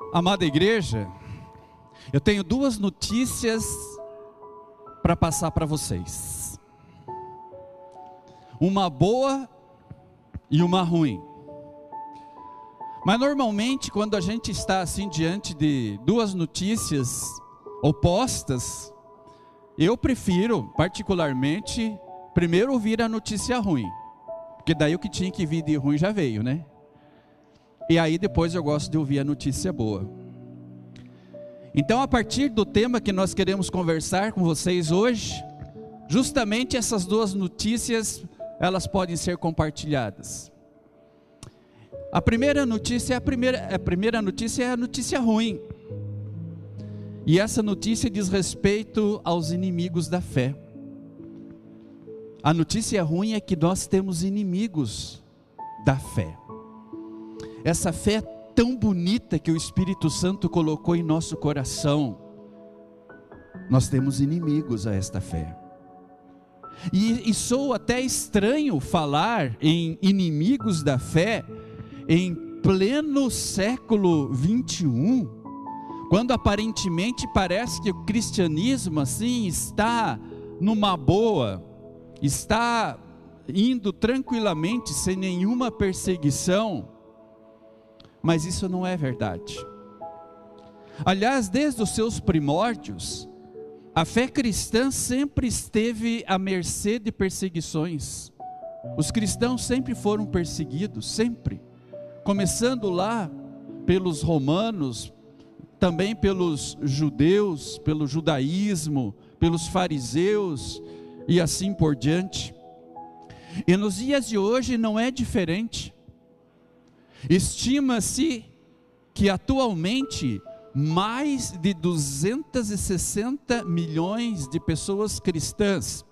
Amada igreja, eu tenho duas notícias para passar para vocês. Uma boa e uma ruim. Mas normalmente quando a gente está assim diante de duas notícias opostas, eu prefiro particularmente primeiro ouvir a notícia ruim. Porque daí o que tinha que vir de ruim já veio, né? E aí depois eu gosto de ouvir a notícia boa. Então, a partir do tema que nós queremos conversar com vocês hoje, justamente essas duas notícias, elas podem ser compartilhadas. A primeira notícia é a notícia ruim. E essa notícia diz respeito aos inimigos da fé. A notícia ruim é que nós temos inimigos da fé. Essa fé tão bonita que o Espírito Santo colocou em nosso coração, nós temos inimigos a esta fé. E soa até estranho falar em inimigos da fé em pleno século 21, quando aparentemente parece que o cristianismo assim está numa boa, está indo tranquilamente sem nenhuma perseguição. Mas isso não é verdade. Aliás, desde os seus primórdios, a fé cristã sempre esteve à mercê de perseguições. Os cristãos sempre foram perseguidos, sempre. Começando lá pelos romanos, também pelos judeus, pelo judaísmo, pelos fariseus e assim por diante. E nos dias de hoje não é diferente. Estima-se que atualmente mais de 260 milhões de pessoas cristãs,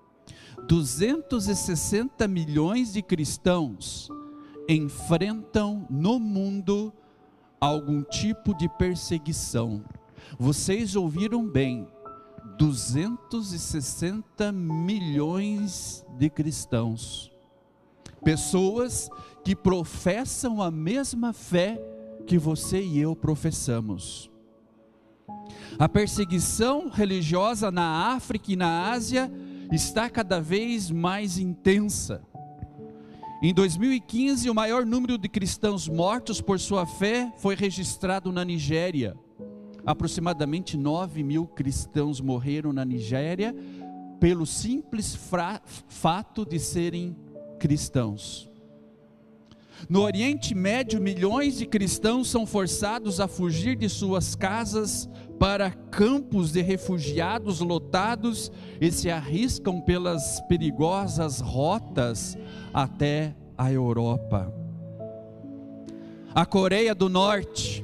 260 milhões de cristãos enfrentam no mundo algum tipo de perseguição. Vocês ouviram bem, 260 milhões de cristãos. Pessoas que professam a mesma fé que você e eu professamos. A perseguição religiosa na África e na Ásia está cada vez mais intensa. Em 2015, o maior número de cristãos mortos por sua fé foi registrado na Nigéria. Aproximadamente 9 mil cristãos morreram na Nigéria pelo simples fato de serem cristãos. No Oriente Médio, milhões de cristãos são forçados a fugir de suas casas para campos de refugiados lotados e se arriscam pelas perigosas rotas até a Europa. A Coreia do Norte,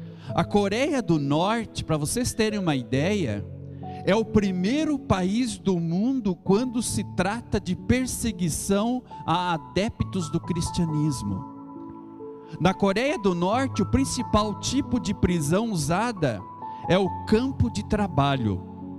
para vocês terem uma ideia, é o primeiro país do mundo quando se trata de perseguição a adeptos do cristianismo. Na Coreia do Norte, o principal tipo de prisão usada é o campo de trabalho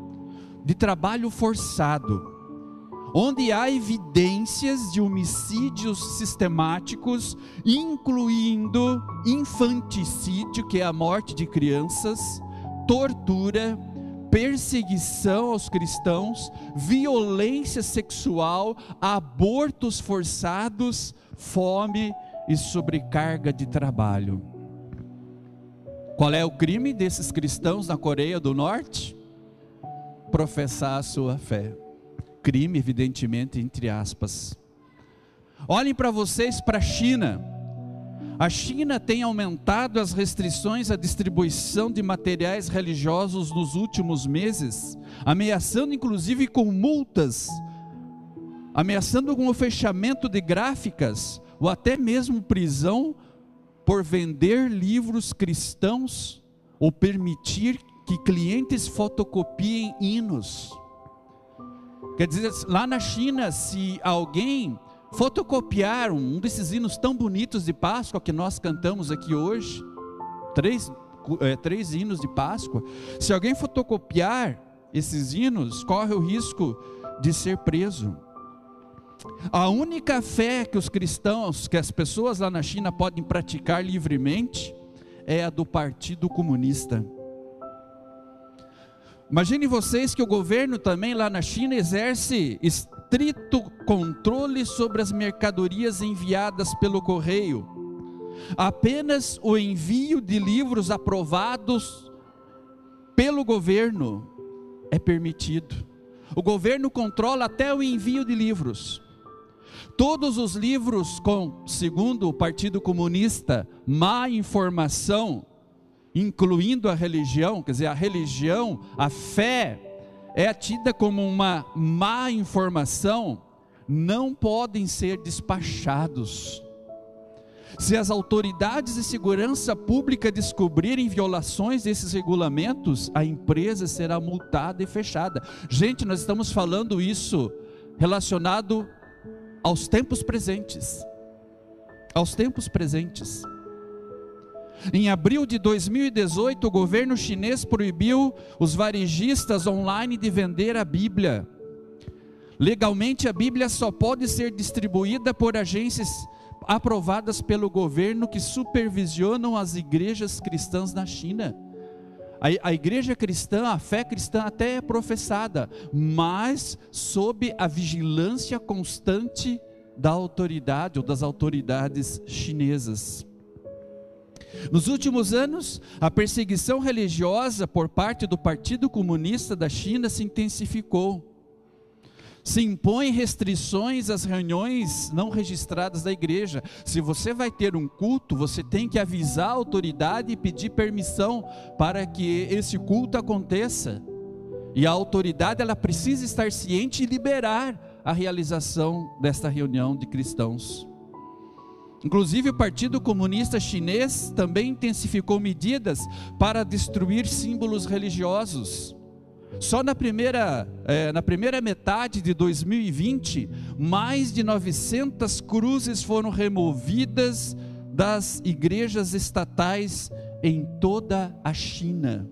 forçado, onde há evidências de homicídios sistemáticos, incluindo infanticídio, que é a morte de crianças, tortura, perseguição aos cristãos, violência sexual, abortos forçados, fome e sobrecarga de trabalho. Qual é o crime desses cristãos na Coreia do Norte? Professar a sua fé. Crime, evidentemente, entre aspas. Olhem para vocês para a China. A China tem aumentado as restrições à distribuição de materiais religiosos nos últimos meses, ameaçando inclusive com multas, ameaçando com o fechamento de gráficas, ou até mesmo prisão, por vender livros cristãos, ou permitir que clientes fotocopiem hinos. Quer dizer, lá na China, se alguém fotocopiar um desses hinos tão bonitos de Páscoa que nós cantamos aqui hoje, três hinos de Páscoa, se alguém fotocopiar esses hinos, corre o risco de ser preso. A única fé que os cristãos, que as pessoas lá na China podem praticar livremente, é a do Partido Comunista. Imagine vocês que o governo também lá na China exerce estrito controle sobre as mercadorias enviadas pelo correio. Apenas o envio de livros aprovados pelo governo é permitido. O governo controla até o envio de livros. Todos os livros com, segundo o Partido Comunista, má informação, incluindo a religião, quer dizer, a religião, a fé, é tida como uma má informação, não podem ser despachados. Se as autoridades de segurança pública descobrirem violações desses regulamentos, a empresa será multada e fechada. Gente, nós estamos falando isso relacionado aos tempos presentes. Aos tempos presentes. Em abril de 2018, o governo chinês proibiu os varejistas online de vender a Bíblia. Legalmente, a Bíblia só pode ser distribuída por agências aprovadas pelo governo que supervisionam as igrejas cristãs na China. A igreja cristã, a fé cristã até é professada, mas sob a vigilância constante da autoridade ou das autoridades chinesas. Nos últimos anos, a perseguição religiosa por parte do Partido Comunista da China se intensificou. Se impõem restrições às reuniões não registradas da igreja. Se você vai ter um culto, você tem que avisar a autoridade e pedir permissão para que esse culto aconteça. E a autoridade, ela precisa estar ciente e liberar a realização desta reunião de cristãos. Inclusive, o Partido Comunista Chinês também intensificou medidas para destruir símbolos religiosos. Só na primeira metade de 2020, mais de 900 cruzes foram removidas das igrejas estatais em toda a China.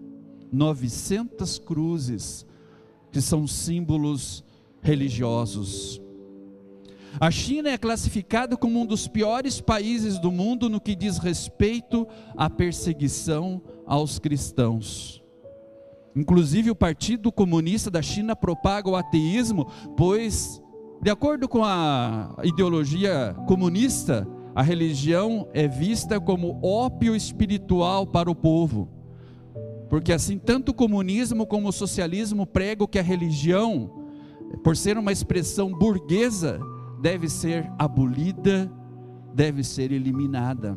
900 cruzes, que são símbolos religiosos. A China é classificada como um dos piores países do mundo no que diz respeito à perseguição aos cristãos. Inclusive, o Partido Comunista da China propaga o ateísmo, pois, de acordo com a ideologia comunista, a religião é vista como ópio espiritual para o povo. Porque assim, tanto o comunismo como o socialismo pregam que a religião, por ser uma expressão burguesa, deve ser abolida, deve ser eliminada.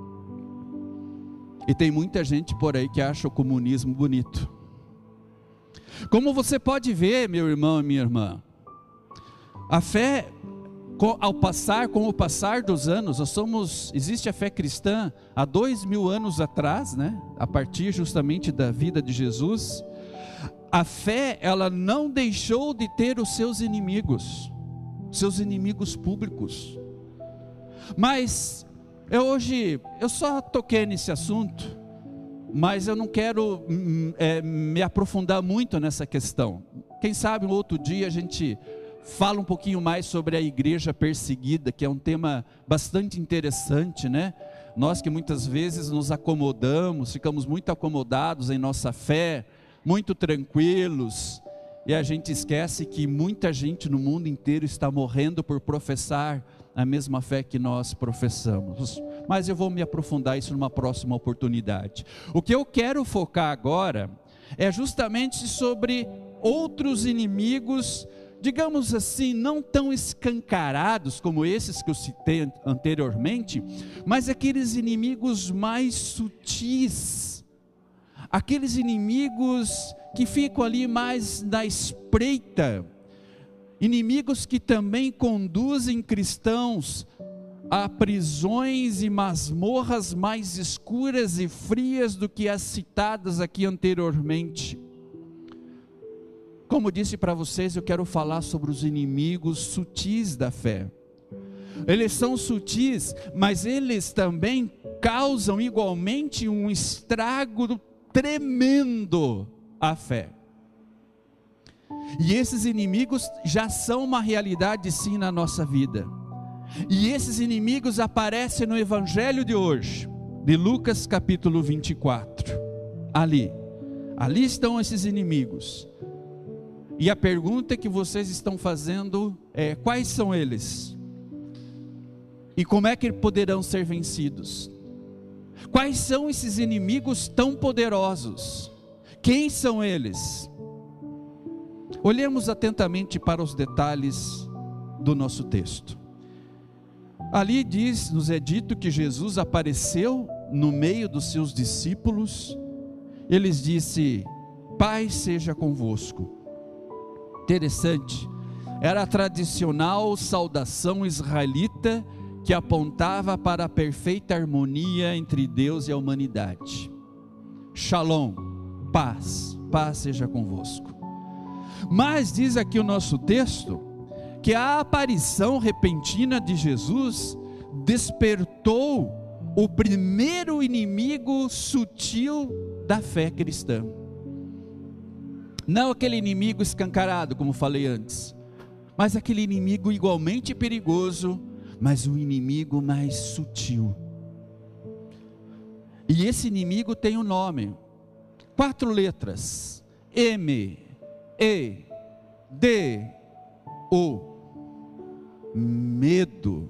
E tem muita gente por aí que acha o comunismo bonito. Como você pode ver, meu irmão e minha irmã, a fé, com o passar dos anos, existe a fé cristã há 2000 anos atrás, né? A partir justamente da vida de Jesus. A fé, ela não deixou de ter os seus inimigos públicos. Mas eu só toquei nesse assunto, mas eu não quero me aprofundar muito nessa questão. Quem sabe um outro dia a gente fala um pouquinho mais sobre a igreja perseguida, que é um tema bastante interessante, né? Nós que muitas vezes nos acomodamos, ficamos muito acomodados em nossa fé, muito tranquilos, e a gente esquece que muita gente no mundo inteiro está morrendo por professar a mesma fé que nós professamos. Mas eu vou me aprofundar isso numa próxima oportunidade. O que eu quero focar agora é justamente sobre outros inimigos, digamos assim, não tão escancarados como esses que eu citei anteriormente, mas aqueles inimigos mais sutis, aqueles inimigos que ficam ali mais na espreita, inimigos que também conduzem cristãos a prisões e masmorras mais escuras e frias do que as citadas aqui anteriormente. Como disse para vocês, eu quero falar sobre os inimigos sutis da fé. Eles são sutis, mas eles também causam igualmente um estrago tremendo à fé. E esses inimigos já são uma realidade sim na nossa vida. E esses inimigos aparecem no evangelho de hoje. de Lucas capítulo 24. Ali estão esses inimigos. E a pergunta que vocês estão fazendo é: quais são eles? E como é que poderão ser vencidos? Quais são esses inimigos tão poderosos? Quem são eles? Olhemos atentamente para os detalhes do nosso texto. Ali nos é dito que Jesus apareceu no meio dos seus discípulos. Eles disse: paz seja convosco. Interessante, era a tradicional saudação israelita que apontava para a perfeita harmonia entre Deus e a humanidade. Shalom, paz seja convosco. Mas diz aqui o nosso texto que a aparição repentina de Jesus despertou o primeiro inimigo sutil da fé cristã. Não aquele inimigo escancarado, como falei antes, mas aquele inimigo igualmente perigoso, mas um inimigo mais sutil. E esse inimigo tem um nome, 4 letras: M, E, D, O. Medo.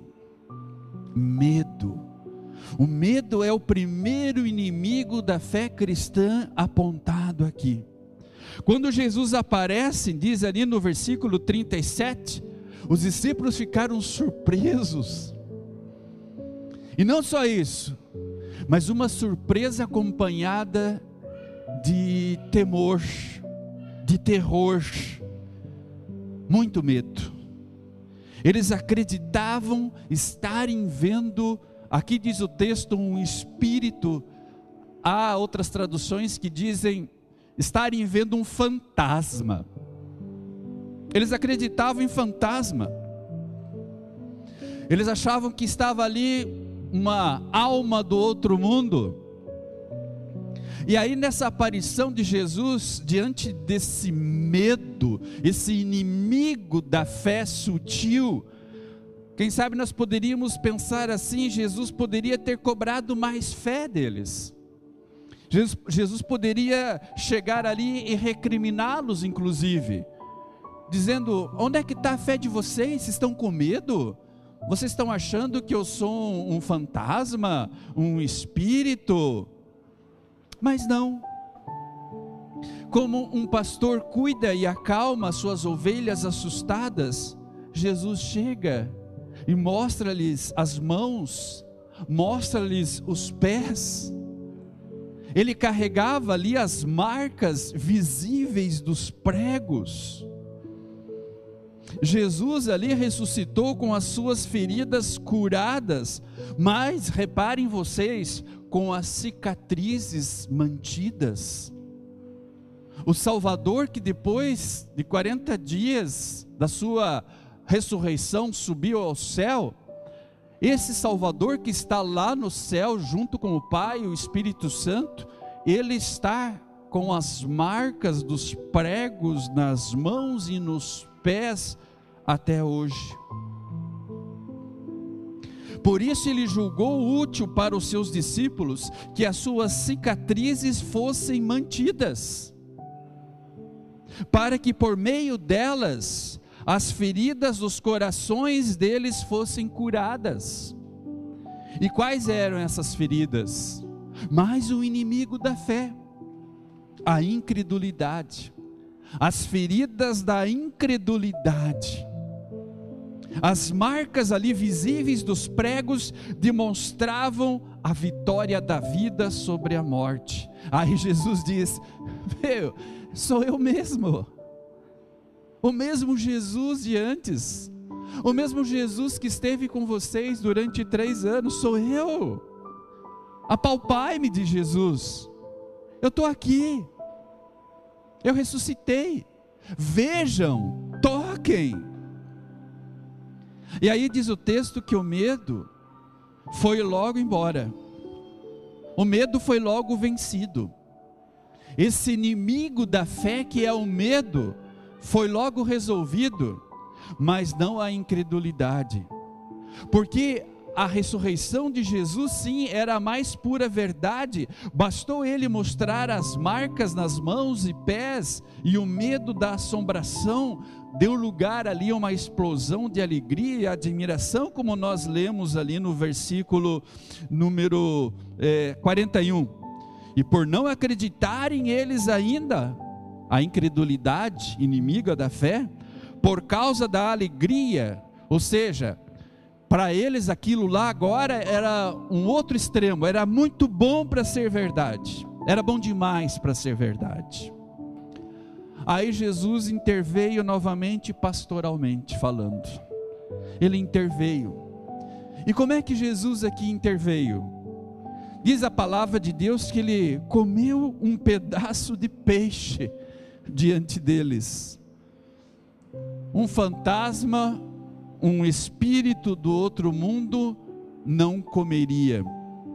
O medo é o primeiro inimigo da fé cristã apontado aqui. Quando Jesus aparece, diz ali no versículo 37, os discípulos ficaram surpresos. E não só isso, mas uma surpresa acompanhada de temor, de terror, muito medo. Eles acreditavam estarem vendo, aqui diz o texto, um espírito. Há outras traduções que dizem estarem vendo um fantasma. Eles acreditavam em fantasma. Eles achavam que estava ali uma alma do outro mundo. E aí, nessa aparição de Jesus, diante desse medo, esse inimigo da fé sutil, quem sabe nós poderíamos pensar assim: Jesus poderia ter cobrado mais fé deles. Jesus poderia chegar ali e recriminá-los, inclusive, dizendo: onde é que está a fé de vocês? Vocês estão com medo? Vocês estão achando que eu sou um fantasma, um espírito? Mas não. Como um pastor cuida e acalma suas ovelhas assustadas, Jesus chega e mostra-lhes as mãos, mostra-lhes os pés. Ele carregava ali as marcas visíveis dos pregos. Jesus ali ressuscitou com as suas feridas curadas, mas reparem vocês, com as cicatrizes mantidas. O Salvador, que depois de 40 dias da sua ressurreição subiu ao céu, esse Salvador que está lá no céu junto com o Pai e o Espírito Santo, ele está com as marcas dos pregos nas mãos e nos pés até hoje. Por isso ele julgou útil para os seus discípulos que as suas cicatrizes fossem mantidas, para que por meio delas as feridas dos corações deles fossem curadas. E quais eram essas feridas? Mais um inimigo da fé, a incredulidade. As feridas da incredulidade. As marcas ali visíveis dos pregos demonstravam a vitória da vida sobre a morte. Aí Jesus diz: sou eu mesmo. O mesmo Jesus de antes, o mesmo Jesus que esteve com vocês durante 3 anos, sou eu. Apalpai-me de Jesus, eu estou aqui, eu ressuscitei, vejam, toquem. E aí diz o texto que o medo foi logo embora, o medo foi logo vencido. Esse inimigo da fé que é o medo foi logo resolvido, mas não a incredulidade, porque a ressurreição de Jesus, sim, era a mais pura verdade. Bastou ele mostrar as marcas nas mãos e pés, e o medo da assombração deu lugar ali a uma explosão de alegria e admiração, como nós lemos ali no versículo número 41. E por não acreditarem eles ainda, a incredulidade inimiga da fé, por causa da alegria, ou seja, para eles aquilo lá agora era um outro extremo, era muito bom para ser verdade, era bom demais para ser verdade. Aí Jesus interveio novamente pastoralmente falando, ele interveio. E como é que Jesus aqui interveio? Diz a palavra de Deus que ele comeu um pedaço de peixe diante deles. Um fantasma, um espírito do outro mundo não comeria.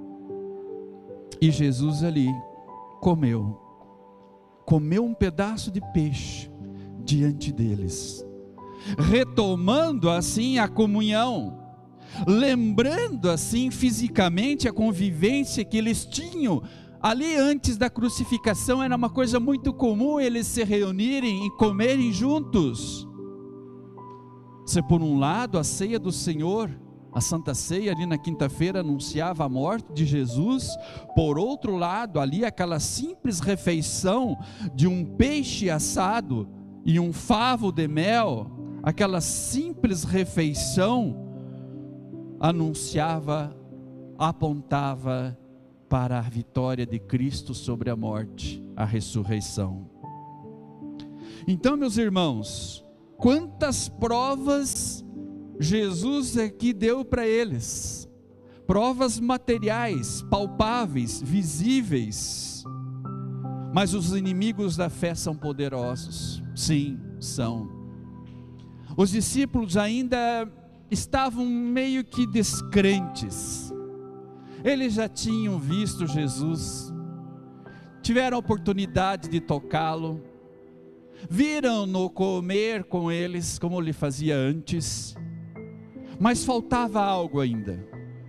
E Jesus ali comeu um pedaço de peixe diante deles, retomando assim a comunhão, lembrando assim fisicamente a convivência que eles tinham ali antes da crucificação. Era uma coisa muito comum eles se reunirem e comerem juntos. Se por um lado a ceia do Senhor, a Santa Ceia ali na quinta-feira anunciava a morte de Jesus, por outro lado ali aquela simples refeição de um peixe assado e um favo de mel, aquela simples refeição anunciava, apontava para a vitória de Cristo sobre a morte, a ressurreição. Então, meus irmãos, quantas provas Jesus aqui deu para eles, provas materiais, palpáveis, visíveis, mas os inimigos da fé são poderosos, sim, são. Os discípulos ainda estavam meio que descrentes, eles já tinham visto Jesus, tiveram a oportunidade de tocá-lo, viram-no comer com eles como ele fazia antes, mas faltava algo ainda,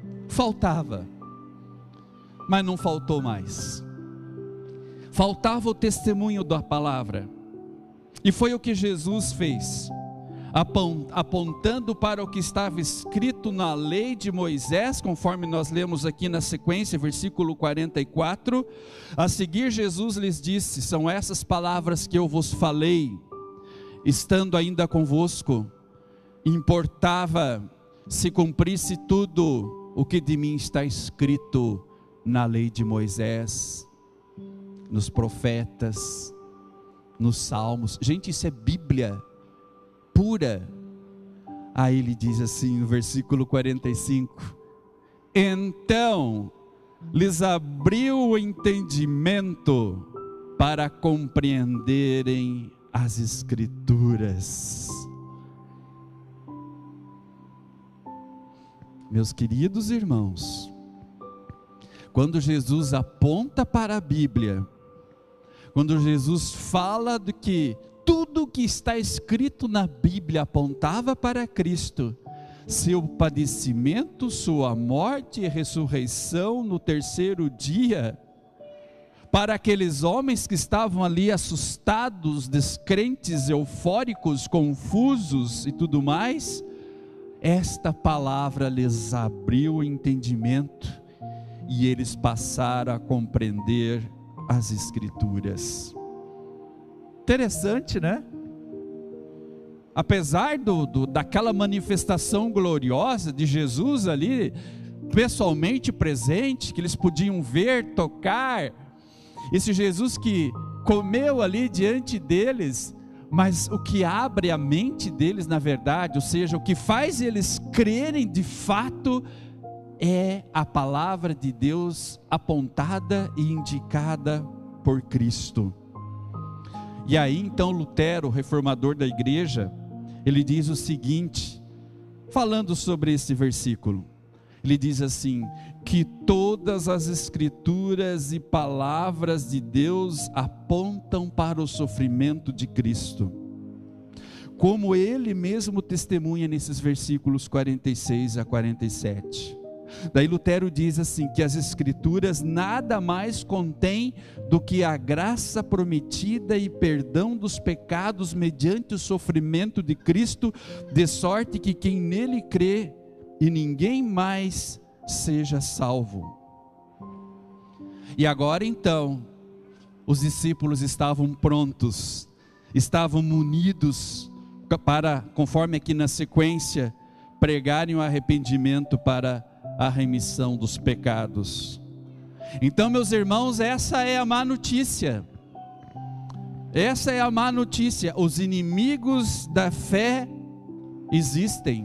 mas não faltou mais, faltava o testemunho da palavra, e foi o que Jesus fez, apontando para o que estava escrito na lei de Moisés, conforme nós lemos aqui na sequência, versículo 44, a seguir Jesus lhes disse: são essas palavras que eu vos falei, estando ainda convosco, importava se cumprisse tudo o que de mim está escrito na lei de Moisés, nos profetas, nos salmos. Gente, isso é Bíblia pura. Aí ele diz assim no versículo 45, então lhes abriu o entendimento para compreenderem as Escrituras. Meus queridos irmãos, quando Jesus aponta para a Bíblia, quando Jesus fala de que tudo que está escrito na Bíblia apontava para Cristo, seu padecimento, sua morte e ressurreição no terceiro dia, para aqueles homens que estavam ali assustados, descrentes, eufóricos, confusos e tudo mais, esta palavra lhes abriu o entendimento e eles passaram a compreender as Escrituras. Interessante, né? Apesar daquela manifestação gloriosa de Jesus ali, pessoalmente presente, que eles podiam ver, tocar, esse Jesus que comeu ali diante deles, mas o que abre a mente deles, na verdade, ou seja, o que faz eles crerem de fato, é a palavra de Deus apontada e indicada por Cristo. E aí então Lutero, reformador da igreja, ele diz o seguinte, falando sobre esse versículo, ele diz assim, que todas as escrituras e palavras de Deus apontam para o sofrimento de Cristo, como ele mesmo testemunha nesses versículos 46 a 47. Daí Lutero diz assim, que as Escrituras nada mais contêm do que a graça prometida e perdão dos pecados mediante o sofrimento de Cristo, de sorte que quem nele crê e ninguém mais seja salvo. E agora então, os discípulos estavam prontos, estavam munidos para, conforme aqui na sequência, pregarem o arrependimento para a remissão dos pecados. Então, meus irmãos, essa é a má notícia. Essa é a má notícia. Os inimigos da fé existem.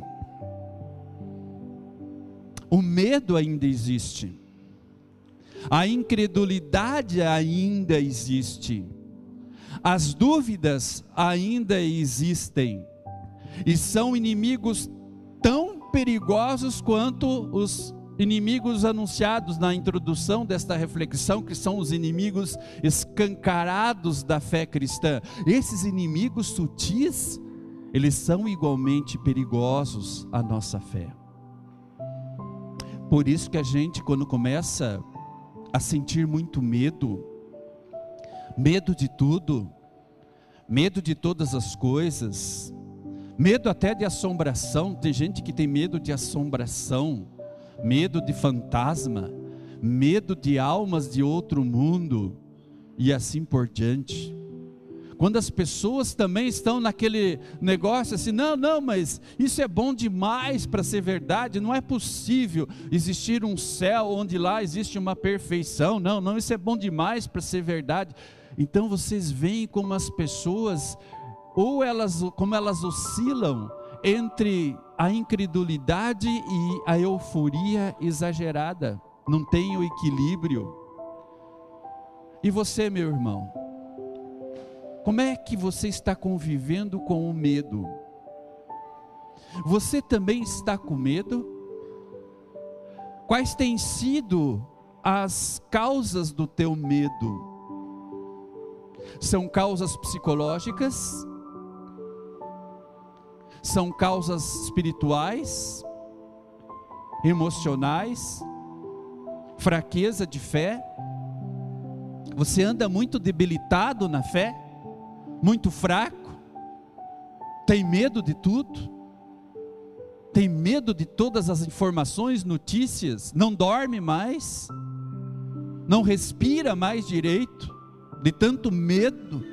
O medo ainda existe. A incredulidade ainda existe. As dúvidas ainda existem. E são inimigos tão perigosos quanto os inimigos anunciados na introdução desta reflexão, que são os inimigos escancarados da fé cristã. Esses inimigos sutis, eles são igualmente perigosos à nossa fé. Por isso que a gente, quando começa a sentir muito medo, medo de tudo, medo de todas as coisas, medo até de assombração, tem gente que tem medo de assombração, medo de fantasma, medo de almas de outro mundo, e assim por diante. Quando as pessoas também estão naquele negócio assim, não, mas isso é bom demais para ser verdade, não é possível existir um céu onde lá existe uma perfeição, não, isso é bom demais para ser verdade. Então vocês veem como as pessoas, como elas oscilam entre a incredulidade e a euforia exagerada, não tem o equilíbrio. E você, meu irmão, como é que você está convivendo com o medo? Você também está com medo? Quais têm sido as causas do teu medo? São causas psicológicas? São causas espirituais? Emocionais? Fraqueza de fé? Você anda muito debilitado na fé? Muito fraco? Tem medo de tudo? Tem medo de todas as informações, notícias? Não dorme mais? Não respira mais direito? De tanto medo?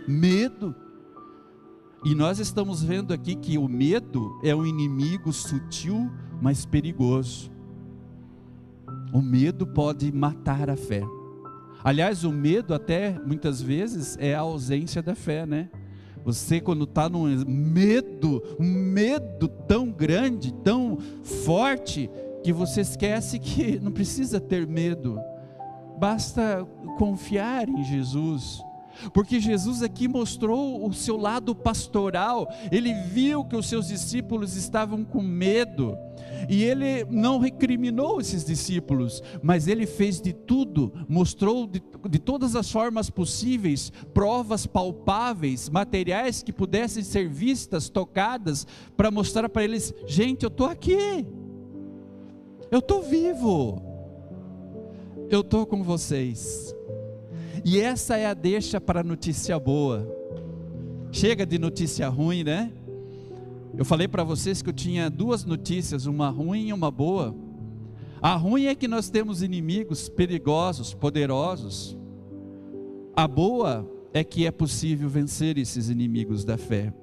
E nós estamos vendo aqui que o medo é um inimigo sutil, mas perigoso. O medo pode matar a fé. Aliás, o medo até muitas vezes é a ausência da fé, né? Você quando está num medo tão grande, tão forte, que você esquece que não precisa ter medo, basta confiar em Jesus. Porque Jesus aqui mostrou o seu lado pastoral. Ele viu que os seus discípulos estavam com medo, e ele não recriminou esses discípulos, mas ele fez de tudo, mostrou de todas as formas possíveis, provas palpáveis, materiais que pudessem ser vistas, tocadas, para mostrar para eles: gente, eu estou aqui, eu estou vivo, eu estou com vocês. E essa é a deixa para a notícia boa. Chega de notícia ruim, né? Eu falei para vocês que eu tinha duas notícias, uma ruim e uma boa. A ruim é que nós temos inimigos perigosos, poderosos. A boa é que é possível vencer esses inimigos da fé.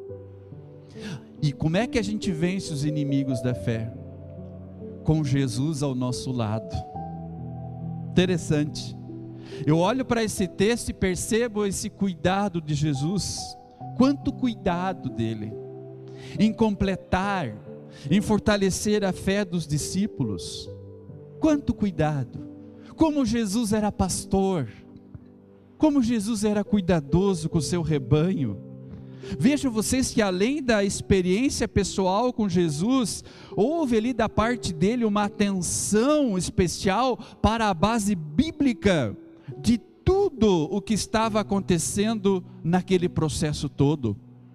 E como é que a gente vence os inimigos da fé? Com Jesus ao nosso lado. Interessante. Eu olho para esse texto e percebo esse cuidado de Jesus. Quanto cuidado dele em completar, em fortalecer a fé dos discípulos. Quanto cuidado. Como Jesus era pastor, como Jesus era cuidadoso com o seu rebanho. Vejam vocês que além da experiência pessoal com Jesus, houve ali da parte dele uma atenção especial para a base bíblica de tudo o que estava acontecendo naquele processo todo.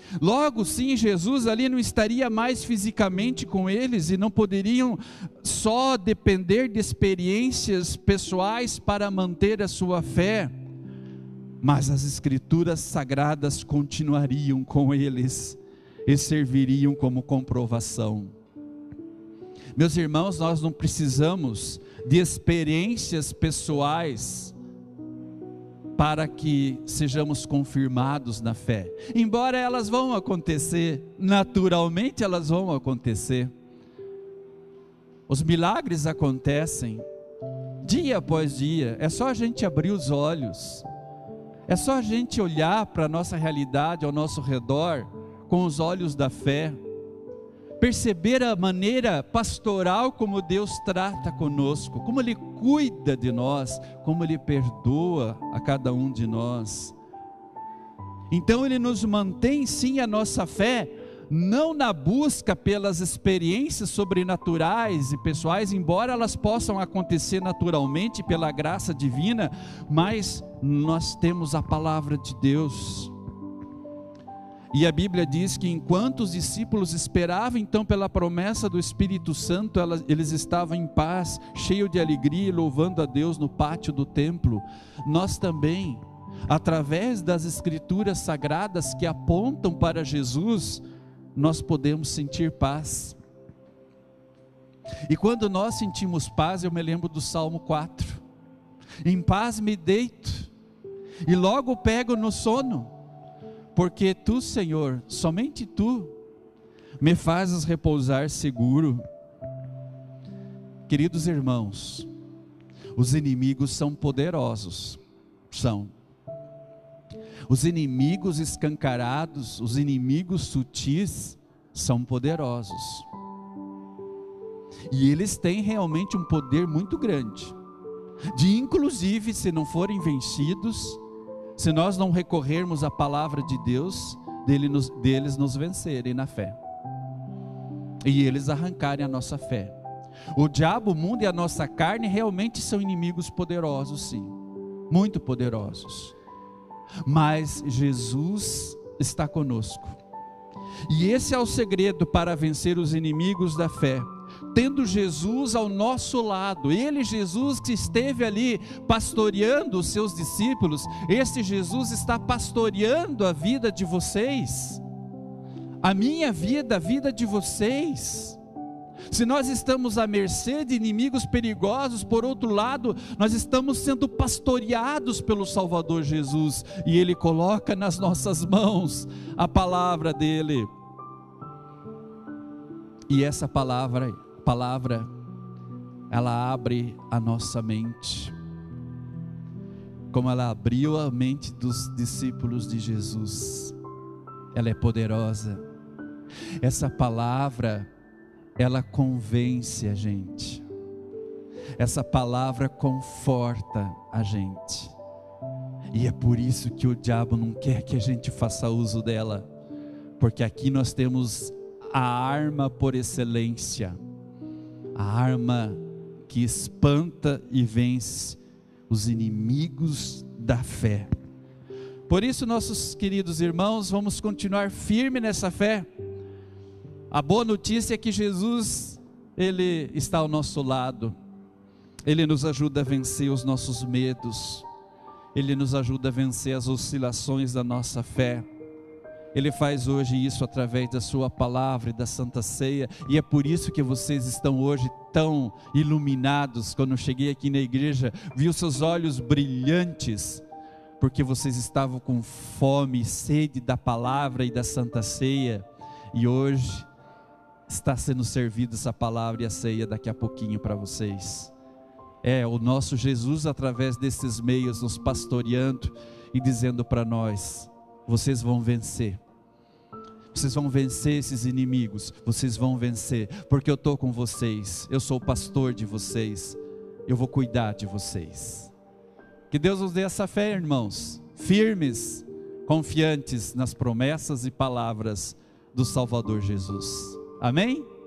Logo, sim, Jesus ali não estaria mais fisicamente com eles e não poderiam só depender de experiências pessoais para manter a sua fé, mas as Escrituras Sagradas continuariam com eles e serviriam como comprovação. Meus irmãos, nós não precisamos de experiências pessoais para que sejamos confirmados na fé, embora elas vão acontecer, naturalmente elas vão acontecer. Os milagres acontecem dia após dia, é só a gente abrir os olhos, é só a gente olhar para a nossa realidade ao nosso redor com os olhos da fé, perceber a maneira pastoral como Deus trata conosco, como Ele cuida de nós, como Ele perdoa a cada um de nós. Então Ele nos mantém sim a nossa fé, não na busca pelas experiências sobrenaturais e pessoais, embora elas possam acontecer naturalmente pela graça divina, mas nós temos a palavra de Deus. E a Bíblia diz que enquanto os discípulos esperavam então pela promessa do Espírito Santo, eles estavam em paz, cheios de alegria, louvando a Deus no pátio do templo. Nós também, através das Escrituras Sagradas que apontam para Jesus, nós podemos sentir paz. E quando nós sentimos paz, eu me lembro do Salmo 4. Em paz me deito, e logo pego no sono, porque Tu, Senhor, somente Tu, me fazes repousar seguro. Queridos irmãos, os inimigos são poderosos, os inimigos escancarados, os inimigos sutis, são poderosos, e eles têm realmente um poder muito grande, de inclusive, se não forem vencidos, se nós não recorrermos à palavra de Deus, deles nos vencerem na fé, e eles arrancarem a nossa fé. O diabo, o mundo e a nossa carne realmente são inimigos poderosos, sim, muito poderosos, mas Jesus está conosco, e esse é o segredo para vencer os inimigos da fé. Tendo Jesus ao nosso lado, Ele, Jesus, que esteve ali pastoreando os seus discípulos, este Jesus está pastoreando a vida de vocês, a minha vida, a vida de vocês. Se nós estamos à mercê de inimigos perigosos, por outro lado, nós estamos sendo pastoreados pelo Salvador Jesus, e Ele coloca nas nossas mãos a palavra dEle, e essa palavra, ela abre a nossa mente, como ela abriu a mente dos discípulos de Jesus. Ela é poderosa. Essa palavra, ela convence a gente. Essa palavra conforta a gente. E é por isso que o diabo não quer que a gente faça uso dela, porque aqui nós temos a arma por excelência, a arma que espanta e vence os inimigos da fé. Por isso, nossos queridos irmãos, vamos continuar firme nessa fé. A boa notícia é que Jesus, Ele está ao nosso lado, Ele nos ajuda a vencer os nossos medos, Ele nos ajuda a vencer as oscilações da nossa fé. Ele faz hoje isso através da sua palavra e da Santa Ceia, e é por isso que vocês estão hoje tão iluminados. Quando eu cheguei aqui na igreja, vi os seus olhos brilhantes, porque vocês estavam com fome e sede da palavra e da Santa Ceia, e hoje está sendo servida essa palavra e a ceia daqui a pouquinho para vocês. É o nosso Jesus através desses meios nos pastoreando e dizendo para nós: vocês vão vencer esses inimigos, vocês vão vencer, porque eu estou com vocês, eu sou o pastor de vocês, eu vou cuidar de vocês. Que Deus nos dê essa fé, irmãos, firmes, confiantes nas promessas e palavras do Salvador Jesus. Amém?